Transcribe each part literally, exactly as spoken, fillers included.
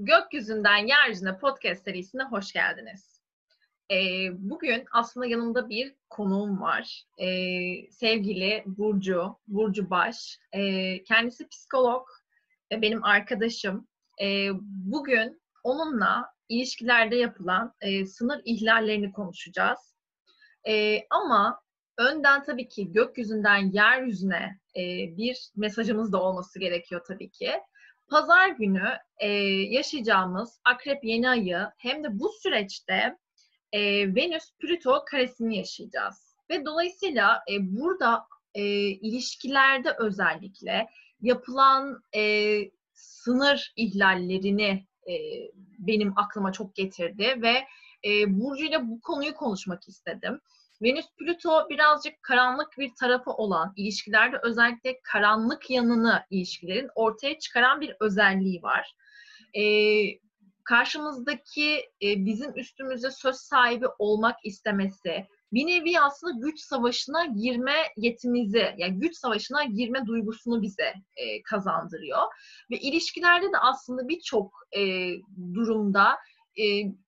Gökyüzünden Yeryüzüne podcast serisine hoş geldiniz. Ee, bugün aslında yanımda bir konuğum var. Ee, sevgili Burcu, Burcu Baş. Ee, kendisi psikolog, e, benim arkadaşım. Ee, bugün onunla ilişkilerde yapılan e, sınır ihlallerini konuşacağız. Ee, ama önden tabii ki gökyüzünden yeryüzüne e, bir mesajımız da olması gerekiyor tabii ki. Pazar günü e, yaşayacağımız Akrep Yeni Ayı hem de bu süreçte e, Venüs-Plüto karesini yaşayacağız. Ve dolayısıyla e, burada e, ilişkilerde özellikle yapılan e, sınır ihlallerini e, benim aklıma çok getirdi ve e, Burcu'yla bu konuyu konuşmak istedim. Venüs-Plüto birazcık karanlık bir tarafı olan, ilişkilerde özellikle karanlık yanını ilişkilerin ortaya çıkaran bir özelliği var. Ee, karşımızdaki e, bizim üstümüze söz sahibi olmak istemesi, bir nevi aslında güç savaşına girme yetimizi, yani güç savaşına girme duygusunu bize e, kazandırıyor. Ve ilişkilerde de aslında birçok e, durumda e,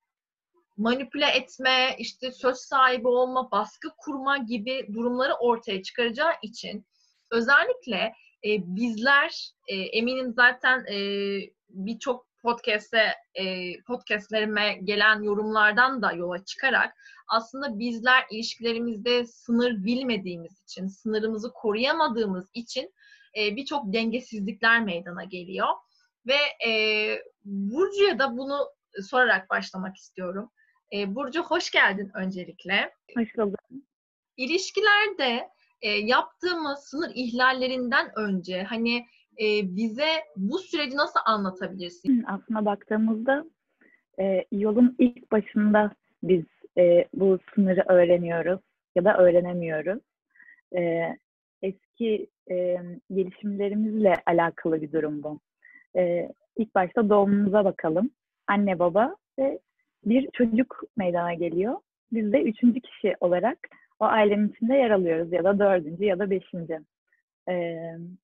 manipüle etme, işte söz sahibi olma, baskı kurma gibi durumları ortaya çıkaracağı için özellikle e, bizler, e, eminim zaten e, birçok podcast'e, e, podcast'lerime gelen yorumlardan da yola çıkarak aslında bizler ilişkilerimizde sınır bilmediğimiz için, sınırımızı koruyamadığımız için e, birçok dengesizlikler meydana geliyor. Ve e, Burcu'ya da bunu sorarak başlamak istiyorum. E, Burcu hoş geldin öncelikle. Hoş bulduk. İlişkilerde e, yaptığımız sınır ihlallerinden önce hani e, bize bu süreci nasıl anlatabilirsin? Aslına baktığımızda e, yolun ilk başında biz e, bu sınırı öğreniyoruz ya da öğrenemiyoruz. E, eski e, gelişimlerimizle alakalı bir durum bu. E, ilk başta doğumumuza bakalım. Anne, baba ve bir çocuk meydana geliyor. Biz de üçüncü kişi olarak o ailenin içinde yer alıyoruz ya da dördüncü ya da beşinci. E,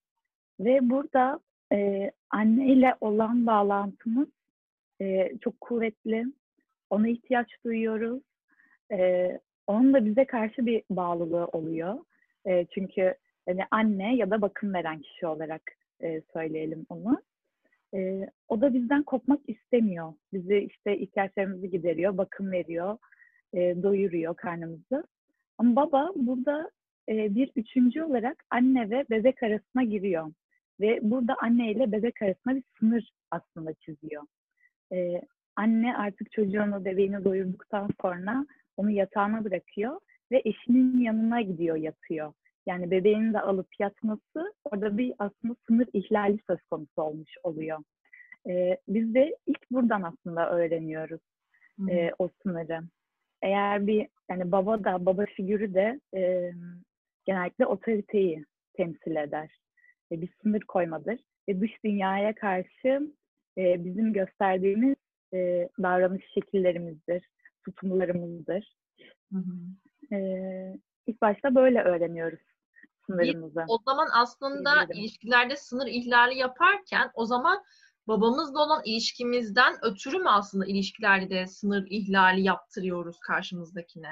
ve burada e, anne ile olan bağlantımız e, çok kuvvetli. Ona ihtiyaç duyuyoruz. E, onun da bize karşı bir bağlılığı oluyor. E, çünkü hani anne ya da bakım veren kişi olarak e, söyleyelim onu. E, o da bizden kopmak istemiyor. Bizi işte ihtiyaçlarımızı gideriyor, bakım veriyor, e, doyuruyor karnımızı. Ama baba burada e, bir üçüncü olarak anne ve bebek arasına giriyor. Ve burada anne ile bebek arasında bir sınır aslında çiziyor. Ee, anne artık çocuğunu, bebeğini doyurduktan sonra onu yatağına bırakıyor ve eşinin yanına gidiyor, yatıyor. Yani bebeğini de alıp yatması orada bir aslında sınır ihlali söz konusu olmuş oluyor. Ee, biz de ilk buradan aslında öğreniyoruz e, o sınırı. Eğer bir yani baba da baba figürü de e, genellikle otoriteyi temsil eder. E, bir sınır koymadır ve dış dünyaya karşı e, bizim gösterdiğimiz e, davranış şekillerimizdir, tutumlarımızdır. Hı hı. E, ilk başta böyle öğreniyoruz sınırımızı. Biz o zaman aslında ilişkilerde sınır ihlali yaparken o zaman babamızla olan ilişkimizden ötürü mü aslında ilişkilerde sınır ihlali yaptırıyoruz karşımızdakine?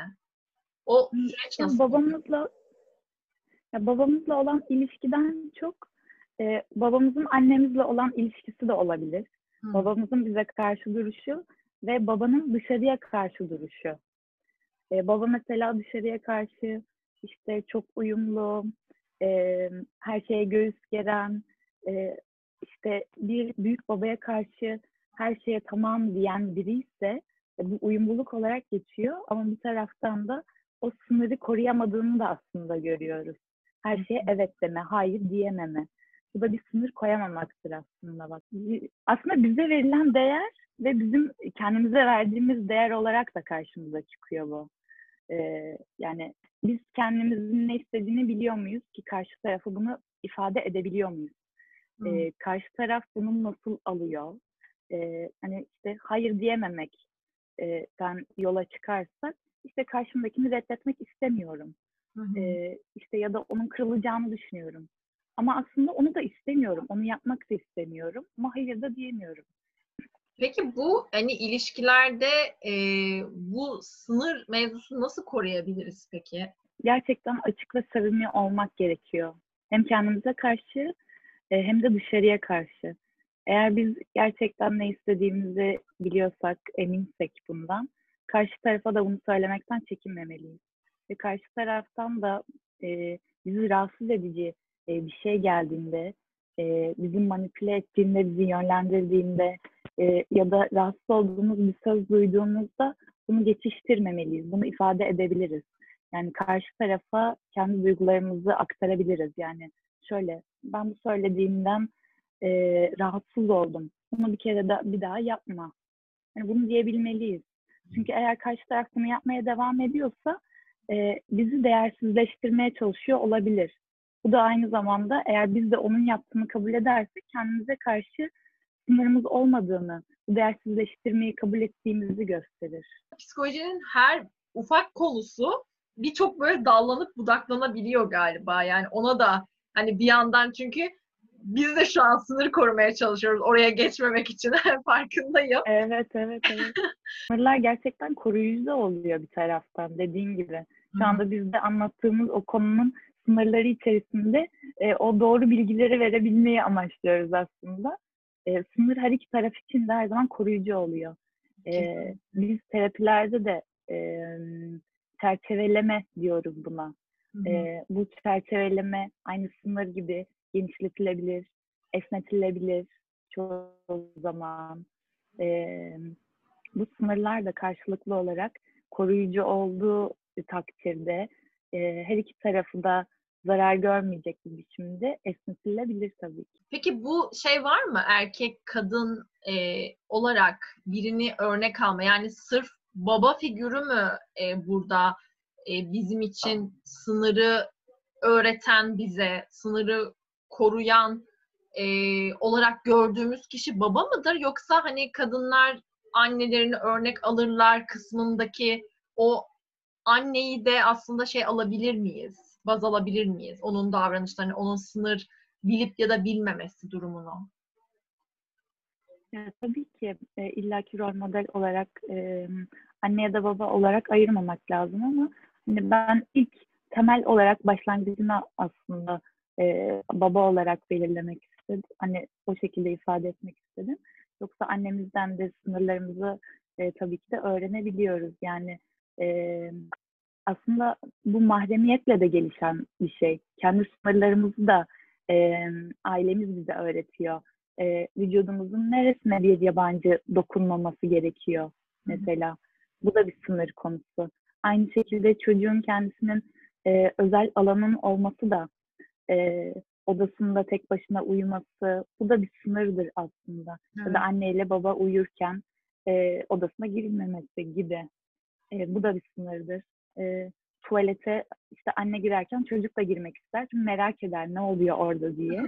O süreç yani nasıl? Babamızla ya babamızla olan ilişkiden çok e, babamızın annemizle olan ilişkisi de olabilir. Hmm. Babamızın bize karşı duruşu ve babanın dışarıya karşı duruşu. E, baba mesela dışarıya karşı işte çok uyumlu, e, her şeye göğüs geren, e, işte bir büyük babaya karşı her şeye tamam diyen biri ise e, bu uyumluluk olarak geçiyor. Ama bir taraftan da o sınırı koruyamadığını da aslında görüyoruz. Her şeye evet deme, hayır diyememe. Bu da bir sınır koyamamaktır aslında. Bak. Aslında bize verilen değer ve bizim kendimize verdiğimiz değer olarak da karşımıza çıkıyor bu. Ee, yani biz kendimizin ne istediğini biliyor muyuz ki karşı tarafı bunu ifade edebiliyor muyuz? Ee, karşı taraf bunu nasıl alıyor? Ee, hani işte hayır diyememekten yola çıkarsak işte karşımdakini reddetmek istemiyorum. Hı hı. Ee, işte ya da onun kırılacağını düşünüyorum. Ama aslında onu da istemiyorum. Onu yapmak da istemiyorum. Ama hayır da diyemiyorum. Peki bu hani ilişkilerde e, bu sınır mevzusunu nasıl koruyabiliriz peki? Gerçekten açık ve samimi olmak gerekiyor. Hem kendimize karşı e, hem de dışarıya karşı. Eğer biz gerçekten ne istediğimizi biliyorsak, eminsek bundan, karşı tarafa da bunu söylemekten çekinmemeliyiz. Ve karşı taraftan da e, bizi rahatsız edici e, bir şey geldiğinde, e, bizi manipüle ettiğinde, bizi yönlendirdiğinde e, ya da rahatsız olduğumuz bir söz duyduğumuzda bunu geçiştirmemeliyiz. Bunu ifade edebiliriz. Yani karşı tarafa kendi duygularımızı aktarabiliriz. Yani şöyle, ben bu söylediğimden e, rahatsız oldum. Bunu bir kere de bir daha yapma. Yani bunu diyebilmeliyiz. Çünkü eğer karşı taraf bunu yapmaya devam ediyorsa e, bizi değersizleştirmeye çalışıyor olabilir. Bu da aynı zamanda eğer biz de onun yaptığını kabul edersek kendimize karşı sınırımız olmadığını, bu değersizleştirmeyi kabul ettiğimizi gösterir. Psikolojinin her ufak konusu birçok böyle dallanıp budaklanabiliyor galiba. Yani ona da hani bir yandan çünkü biz de şu an sınır korumaya çalışıyoruz oraya geçmemek için farkındayım. Evet, evet, evet. Sınırlar gerçekten koruyucu da oluyor bir taraftan dediğin gibi. Şu anda biz de anlattığımız o konunun sınırları içerisinde e, o doğru bilgileri verebilmeyi amaçlıyoruz aslında. E, sınır her iki taraf için de her zaman koruyucu oluyor. E, biz terapilerde de e, çerçeveleme diyoruz buna. E, bu çerçeveleme aynı sınır gibi genişletilebilir, esnetilebilir çoğu zaman. E, Bu sınırlar da karşılıklı olarak koruyucu olduğu takdirde e, her iki tarafı da zarar görmeyecek bir biçimde esnetilebilir tabii ki. Peki bu şey var mı erkek kadın e, olarak birini örnek alma yani sırf baba figürü mü e, burada e, bizim için sınırı öğreten bize sınırı koruyan e, olarak gördüğümüz kişi baba mıdır yoksa hani kadınlar annelerini örnek alırlar kısmındaki o anneyi de aslında şey alabilir miyiz? Baz alabilir miyiz? Onun davranışlarını, onun sınır bilip ya da bilmemesi durumunu. Ya, tabii ki e, illaki rol model olarak e, anne ya da baba olarak ayırmamak lazım ama hani ben ilk temel olarak başlangıcını aslında e, baba olarak belirlemek istedim. Hani o şekilde ifade etmek istedim. Yoksa annemizden de sınırlarımızı e, tabii ki de öğrenebiliyoruz. Yani e, aslında bu mahremiyetle de gelişen bir şey. Kendi sınırlarımızı da e, ailemiz bize öğretiyor. E, vücudumuzun neresine bir yabancı dokunmaması gerekiyor mesela. Bu da bir sınır konusu. Aynı şekilde çocuğun kendisinin e, özel alanının olması da e, odasında tek başına uyuması, bu da bir sınırdır aslında. Evet. Ya da anneyle baba uyurken e, odasına girilmemesi gibi. E, bu da bir sınırdır. E, tuvalete işte anne girerken çocuk da girmek ister. Çünkü merak eder ne oluyor orada diye.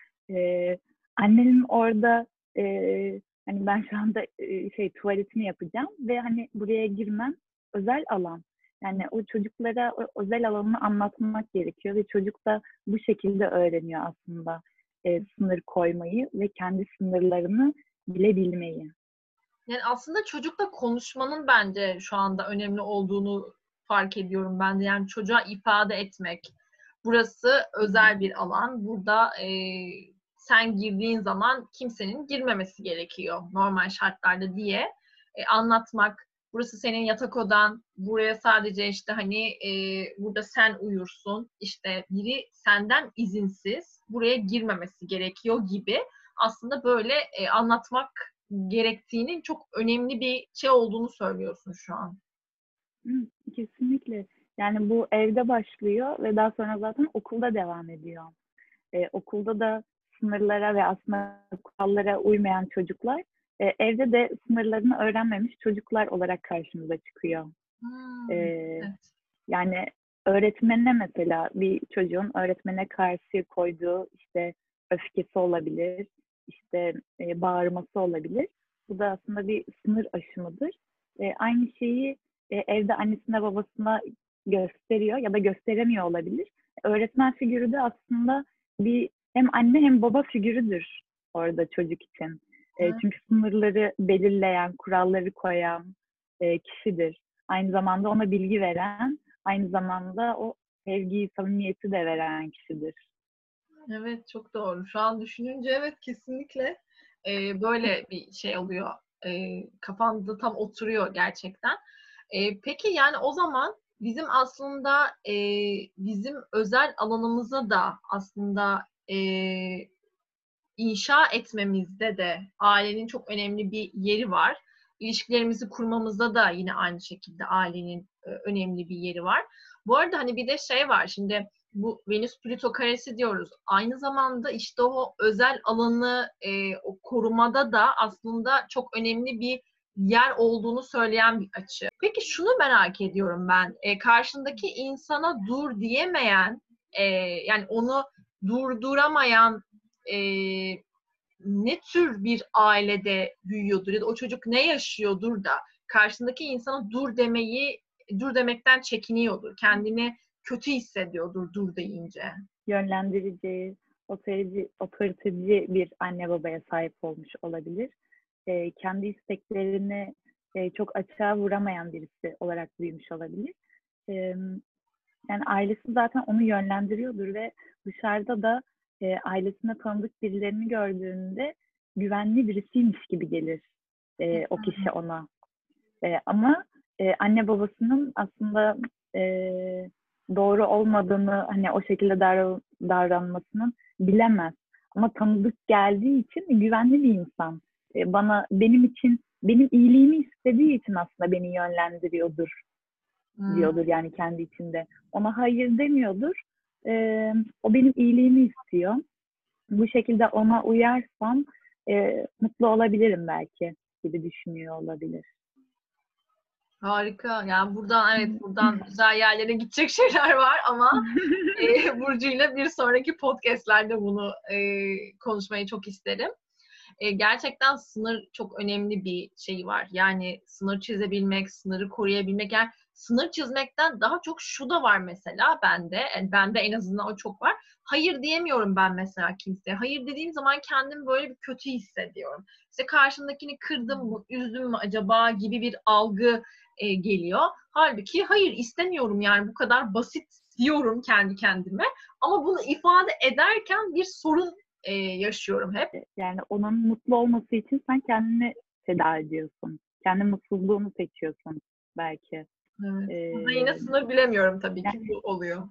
E, Annenin orada e, hani ben şu anda e, şey tuvaletini yapacağım ve hani buraya girmem özel alan. Yani o çocuklara o özel alanını anlatmak gerekiyor ve çocuk da bu şekilde öğreniyor aslında e, sınır koymayı ve kendi sınırlarını bilebilmeyi. Yani aslında çocukla konuşmanın bence şu anda önemli olduğunu fark ediyorum ben de. Yani çocuğa ifade etmek. Burası özel bir alan. Burada e, sen girdiğin zaman kimsenin girmemesi gerekiyor normal şartlarda diye e, anlatmak. Burası senin yatak odan. Buraya sadece işte hani e, burada sen uyursun. İşte biri senden izinsiz buraya girmemesi gerekiyor gibi. Aslında böyle e, anlatmak gerektiğinin çok önemli bir şey olduğunu söylüyorsun şu an. Hı, kesinlikle. Yani bu evde başlıyor ve daha sonra zaten okulda devam ediyor. Ee, okulda da sınırlara ve aslında kurallara uymayan çocuklar e, evde de sınırlarını öğrenmemiş çocuklar olarak karşımıza çıkıyor. Hmm, Ee, evet. Yani öğretmenine mesela bir çocuğun öğretmene karşı koyduğu işte öfkesi olabilir, işte e, bağırması olabilir. Bu da aslında bir sınır aşımıdır. E, aynı şeyi e, evde annesine babasına gösteriyor ya da gösteremiyor olabilir. Öğretmen figürü de aslında bir hem anne hem baba figürüdür orada çocuk için. E, çünkü sınırları belirleyen, kuralları koyan e, kişidir. Aynı zamanda ona bilgi veren, aynı zamanda o sevgiyi, samimiyeti de veren kişidir. Evet, çok doğru. Şu an düşününce evet, kesinlikle e, böyle bir şey oluyor. E, kafamda tam oturuyor gerçekten. E, peki yani o zaman bizim aslında e, bizim özel alanımıza da aslında e, inşa etmemizde de ailenin çok önemli bir yeri var. İlişkilerimizi kurmamızda da yine aynı şekilde ailenin e, önemli bir yeri var. Bu arada hani bir de şey var şimdi, bu Venüs Plüto karesi diyoruz. Aynı zamanda işte o özel alanı e, o korumada da aslında çok önemli bir yer olduğunu söyleyen bir açı. Peki şunu merak ediyorum ben. E, karşındaki insana dur diyemeyen, e, yani onu durduramayan e, ne tür bir ailede büyüyordur ya da o çocuk ne yaşıyordur da karşısındaki insana dur demeyi, dur demekten çekiniyordur. Kendini kötü hissediyordur dur deyince. Yönlendirici, otorici, otoriteci bir anne babaya sahip olmuş olabilir. E, kendi isteklerini e, çok açığa vuramayan birisi olarak büyümüş olabilir. E, yani ailesi zaten onu yönlendiriyordur ve dışarıda da e, ailesine tanıdık birilerini gördüğünde güvenli birisiymiş gibi gelir e, o kişi ona. E, ama e, anne babasının aslında e, doğru olmadığını, hani o şekilde davran- davranmasının bilemez. Ama tanıdık geldiği için güvenli bir insan. E, bana, benim için, benim iyiliğimi istediği için aslında beni yönlendiriyordur diyordur Hmm. yani kendi içinde. Ona hayır demiyordur. E, o benim iyiliğimi istiyor. Bu şekilde ona uyarsam e, mutlu olabilirim belki gibi düşünüyor olabilir. Harika. Yani buradan evet buradan güzel yerlere gidecek şeyler var ama e, Burcu'yla bir sonraki podcastlerde bunu e, konuşmayı çok isterim. E, gerçekten sınır çok önemli bir şey var. Yani sınır çizebilmek, sınırı koruyabilmek. Yani sınır çizmekten daha çok şu da var mesela bende. Yani bende en azından o çok var. Hayır diyemiyorum ben mesela kimseye. Hayır dediğim zaman kendimi böyle bir kötü hissediyorum. İşte karşımdakini kırdım mı, üzdüm mü acaba gibi bir algı e, geliyor. Halbuki hayır istemiyorum, yani bu kadar basit diyorum kendi kendime. Ama bunu ifade ederken bir sorun e, yaşıyorum hep. Yani onun mutlu olması için sen kendini feda ediyorsun. Kendi mutsuzluğunu seçiyorsun belki. Evet. Burada yine Ee, sınır bilemiyorum tabii ki, yani, bu oluyor.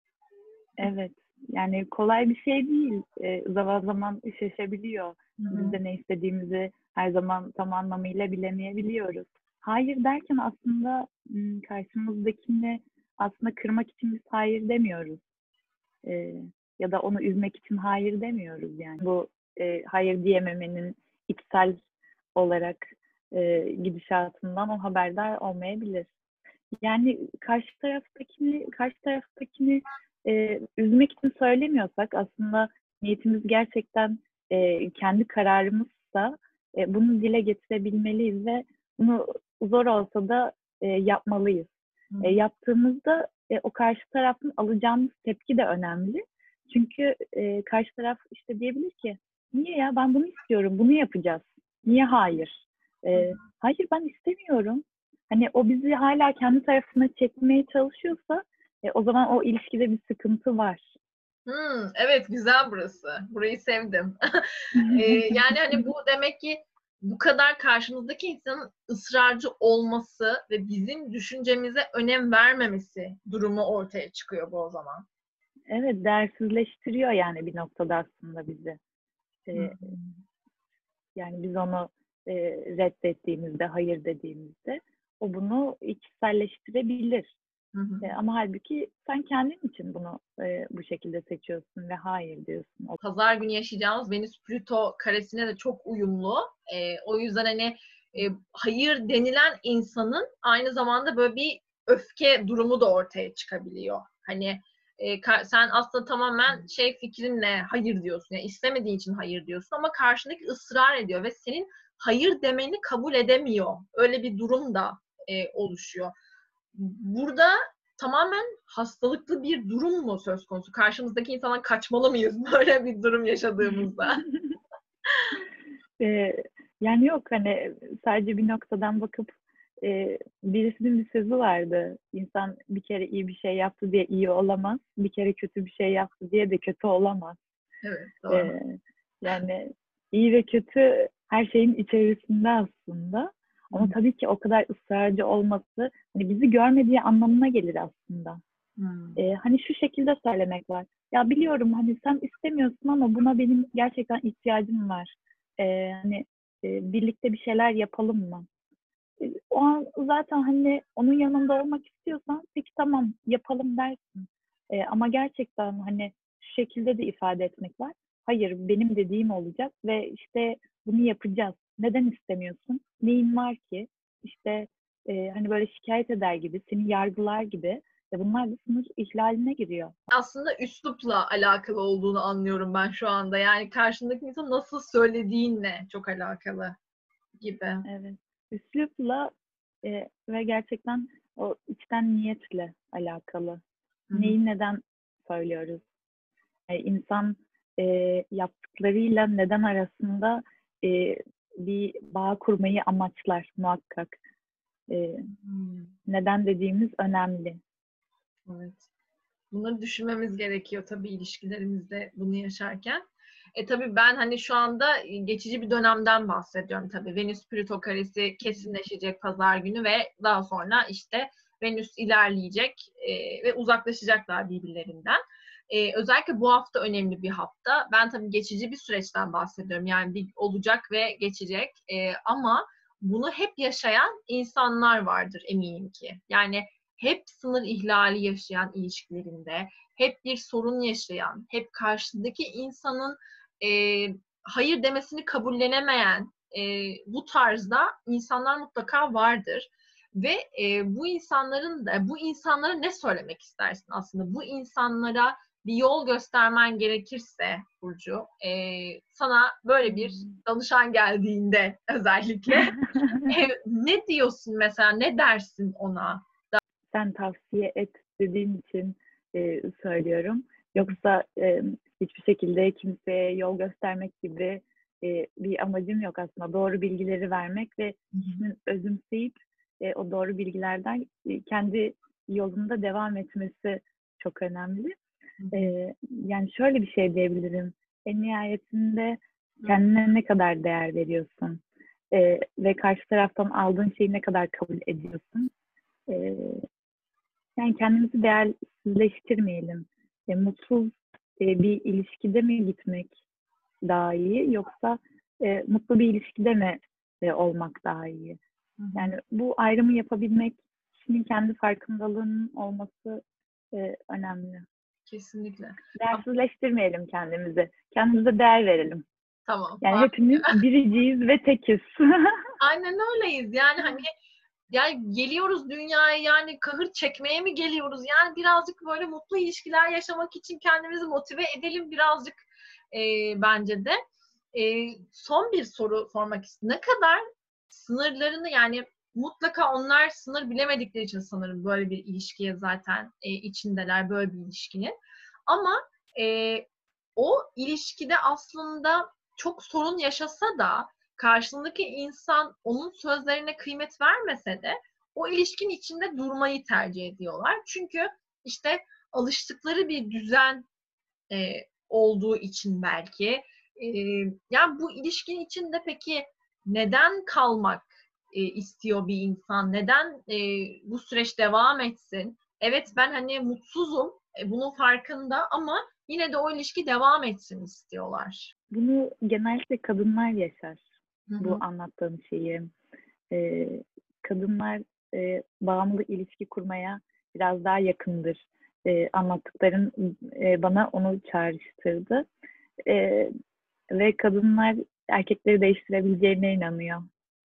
evet. Yani kolay bir şey değil. Ee, zaman zaman şaşabiliyor. Hı Biz hı. de ne istediğimizi her zaman tam anlamıyla bilemeyebiliyoruz. Hayır derken aslında m, karşımızdakini aslında kırmak için biz hayır demiyoruz. Ee, ya da onu üzmek için hayır demiyoruz yani. Bu e, hayır diyememenin içsel olarak e, gidişatından o haberdar olmayabilir. Yani karşı taraftakini karşı taraftakini e, üzmek için söylemiyorsak aslında niyetimiz gerçekten e, kendi kararımızsa e, bunu dile getirebilmeliyiz ve bunu zor olsa da e, yapmalıyız. Hı. E, yaptığımızda e, o karşı tarafın alacağımız tepki de önemli. Çünkü e, karşı taraf işte diyebilir ki niye ya ben bunu istiyorum, bunu yapacağız. Niye hayır? E, hayır ben istemiyorum. Hani o bizi hala kendi tarafına çekmeye çalışıyorsa e, o zaman o ilişkide bir sıkıntı var. Hmm, evet, güzel burası. Burayı sevdim. Ee, yani hani bu demek ki bu kadar karşımızdaki insanın ısrarcı olması ve bizim düşüncemize önem vermemesi durumu ortaya çıkıyor bu o zaman. Evet, değersizleştiriyor yani bir noktada aslında bizi. Hı E, yani biz onu e, reddettiğimizde, hayır dediğimizde o bunu içselleştirebilir. hı. Hı. E, ama halbuki sen kendin için bunu e, bu şekilde seçiyorsun ve hayır diyorsun. O- Pazar günü yaşayacağımız Venüs Plüto karesine de çok uyumlu. Ee, o yüzden hani e, hayır denilen insanın aynı zamanda böyle bir öfke durumu da ortaya çıkabiliyor. Hani e, ka- sen aslında tamamen şey fikrinle hayır diyorsun. Yani istemediğin için hayır diyorsun ama karşındaki ısrar ediyor ve senin hayır demeni kabul edemiyor. Öyle bir durum da e, oluşuyor. Burada tamamen hastalıklı bir durum mu söz konusu? Karşımızdaki insandan kaçmalı mıyız böyle bir durum yaşadığımızda? Ee, Yani yok hani sadece bir noktadan bakıp e, birisinin bir sözü vardı. İnsan bir kere iyi bir şey yaptı diye iyi olamaz. Bir kere kötü bir şey yaptı diye de kötü olamaz. Evet, doğru. Ee, Yani iyi ve kötü her şeyin içerisinde aslında. Ama Hı. tabii ki o kadar ısrarcı olması hani bizi görmediği anlamına gelir aslında. Hmm. Ee, hani şu şekilde söylemek var. Ya biliyorum hani sen istemiyorsun ama buna benim gerçekten ihtiyacım var. Ee, hani e, birlikte bir şeyler yapalım mı? E, o an zaten hani onun yanında olmak istiyorsan peki tamam yapalım dersin. E, ama gerçekten hani şu şekilde de ifade etmek var. Hayır benim dediğim olacak ve işte bunu yapacağız. Neden istemiyorsun? Neyin var ki? İşte e, hani böyle şikayet eder gibi, seni yargılar gibi. E, bunlar da sınır ihlaline giriyor. Aslında üslupla alakalı olduğunu anlıyorum ben şu anda. Yani karşındaki insan nasıl söylediğinle çok alakalı gibi. Evet. Üslupla e, ve gerçekten o içten niyetle alakalı. Hı hı. Neyi neden söylüyoruz? E, insan e, yaptıklarıyla neden arasında e, bir bağ kurmayı amaçlar muhakkak. E, Hmm. Neden dediğimiz önemli. Evet. Bunları düşünmemiz gerekiyor tabii ilişkilerimizde bunu yaşarken. E tabii ben hani şu anda geçici bir dönemden bahsediyorum tabii. Venüs-Plüto karesi kesinleşecek pazar günü ve daha sonra işte Venüs ilerleyecek e, ve uzaklaşacaklar birbirlerinden. E, özellikle bu hafta önemli bir hafta. Ben tabii geçici bir süreçten bahsediyorum. Yani bir olacak ve geçecek. E, ama bunu hep yaşayan insanlar vardır eminim ki. Yani hep sınır ihlali yaşayan ilişkilerinde, hep bir sorun yaşayan, hep karşıdaki insanın e, hayır demesini kabullenemeyen e, bu tarzda insanlar mutlaka vardır. Ve e, bu insanların da, bu insanlara ne söylemek istersin aslında? Bu insanlara bir yol göstermen gerekirse Burcu, e, sana böyle bir Hmm. danışan geldiğinde özellikle e, ne diyorsun mesela, ne dersin ona? Sen tavsiye et dediğin için e, söylüyorum. Yoksa e, hiçbir şekilde kimseye yol göstermek gibi e, bir amacım yok aslında. Doğru bilgileri vermek ve kişinin özümseyip e, o doğru bilgilerden e, kendi yolunda devam etmesi çok önemli. E, Yani şöyle bir şey diyebilirim. En nihayetinde kendine ne kadar değer veriyorsun? E, ve karşı taraftan aldığın şeyi ne kadar kabul ediyorsun? E, Yani kendimizi değersizleştirmeyelim. E, mutsuz e, bir ilişkide mi gitmek daha iyi yoksa e, mutlu bir ilişkide mi e, olmak daha iyi? Hı hı. Yani bu ayrımı yapabilmek, kişinin kendi farkındalığının olması e, önemli. Kesinlikle. Değersizleştirmeyelim kendimizi. Kendimize değer verelim. Tamam. Yani hepimiz biriciyiz ve tekiz. Aynen öyleyiz. Yani hani yani geliyoruz dünyaya yani kahır çekmeye mi geliyoruz? Yani birazcık böyle mutlu ilişkiler yaşamak için kendimizi motive edelim birazcık e, bence de. E, son bir soru sormak istiyorum. Ne kadar sınırlarını yani mutlaka onlar sınır bilemedikleri için sanırım böyle bir ilişkiye zaten e, içindeler böyle bir ilişkinin. Ama e, o ilişkide aslında çok sorun yaşasa da karşısındaki insan onun sözlerine kıymet vermese de o ilişkin içinde durmayı tercih ediyorlar. Çünkü işte alıştıkları bir düzen e, olduğu için belki. E, Yani bu ilişkin içinde peki neden kalmak e, istiyor bir insan? Neden e, bu süreç devam etsin? Evet ben hani mutsuzum, e, bunun farkında ama yine de o ilişki devam etsin istiyorlar. Bunu genellikle kadınlar yaşar. Hı Bu hı. anlattığım şeyi. e, Kadınlar e, bağımlı ilişki kurmaya biraz daha yakındır. E, anlattıkların e, bana onu çağrıştırdı. E, Ve kadınlar erkekleri değiştirebileceğine inanıyor.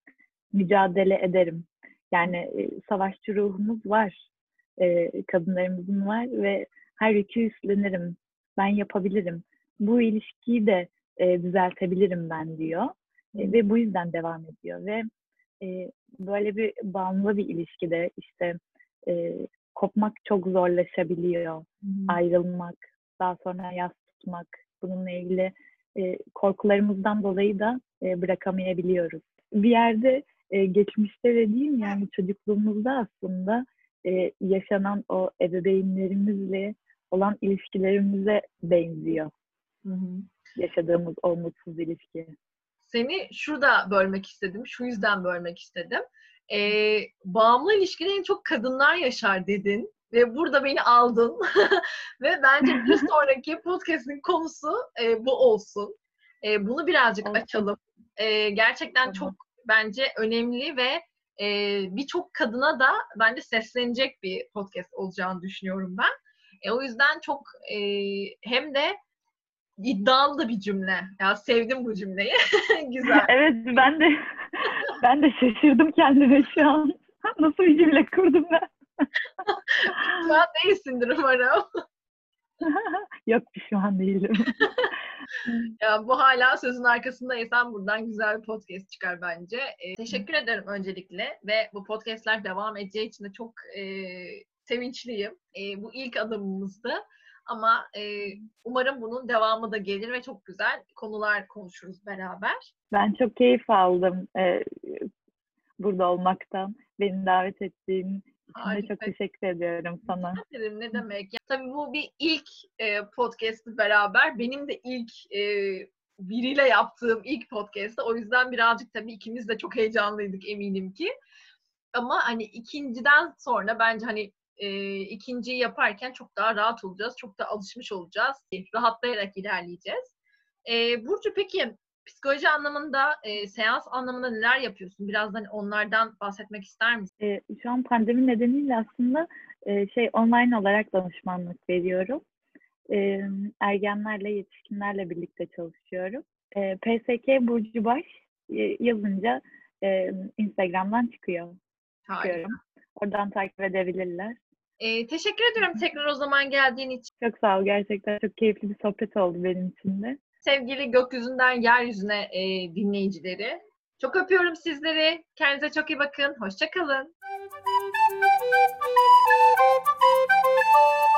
Mücadele ederim. Yani e, savaşçı ruhumuz var. E, kadınlarımızın var ve her yükü üstlenirim. Ben yapabilirim. Bu ilişkiyi de e, düzeltebilirim ben diyor. E, ve bu yüzden devam ediyor. Ve e, böyle bir bağımlı bir ilişkide işte e, kopmak çok zorlaşabiliyor. Hı hı. Ayrılmak, daha sonra yas tutmak, bununla ilgili e, korkularımızdan dolayı da e, bırakamayabiliyoruz. Bir yerde e, geçmişte de diyeyim yani çocukluğumuzda aslında e, yaşanan o ebeveynlerimizle olan ilişkilerimize benziyor. Hı hı. Yaşadığımız o mutsuz ilişki. Seni şurada bölmek istedim, şu yüzden bölmek istedim. Ee, bağımlı ilişkileri en çok kadınlar yaşar dedin ve burada beni aldın. Ve bence bir sonraki podcast'in konusu e, bu olsun. E, bunu birazcık Olsun. açalım. E, gerçekten Tamam. çok bence önemli ve e, birçok kadına da bence seslenecek bir podcast olacağını düşünüyorum ben. E, o yüzden çok e, hem de iddialı da bir cümle. Ya sevdim bu cümleyi. Güzel. Evet ben de ben de şaşırdım kendime şu an. Nasıl bir cümle kurdum ben? Pişman değilsindir umarım. Yok pişman değilim. Ya bu hala sözün arkasındaysan buradan güzel bir podcast çıkar bence. E, teşekkür ederim öncelikle ve bu podcastler devam edeceği için de çok e, sevinçliyim. E, bu ilk adımımızdı. Ama e, umarım bunun devamı da gelir ve çok güzel konular konuşuruz beraber. Ben çok keyif aldım e, burada olmaktan. Beni davet ettiğin için de çok teşekkür ediyorum sana. Ederim, ne demek. Ya, tabii bu bir ilk e, podcast'ı beraber. Benim de ilk e, biriyle yaptığım ilk podcast'ı. O yüzden birazcık tabii ikimiz de çok heyecanlıydık eminim ki. Ama hani ikinciden sonra bence hani e, ikinciyi yaparken çok daha rahat olacağız. Çok da alışmış olacağız. Rahatlayarak ilerleyeceğiz. E, Burcu peki psikoloji anlamında, e, seans anlamında neler yapıyorsun? Birazdan onlardan bahsetmek ister misin? E, şu an pandemi nedeniyle aslında e, şey online olarak danışmanlık veriyorum. E, ergenlerle, yetişkinlerle birlikte çalışıyorum. E, P S K Burcu Baş e, yazınca e, Instagram'dan çıkıyor. Çıkıyorum. Oradan takip edebilirler. E, teşekkür ediyorum tekrar o zaman geldiğin için. Çok sağ ol. Gerçekten çok keyifli bir sohbet oldu benim için de. Sevgili gökyüzünden yeryüzüne e, dinleyicileri. Çok öpüyorum sizleri. Kendinize çok iyi bakın. Hoşça kalın.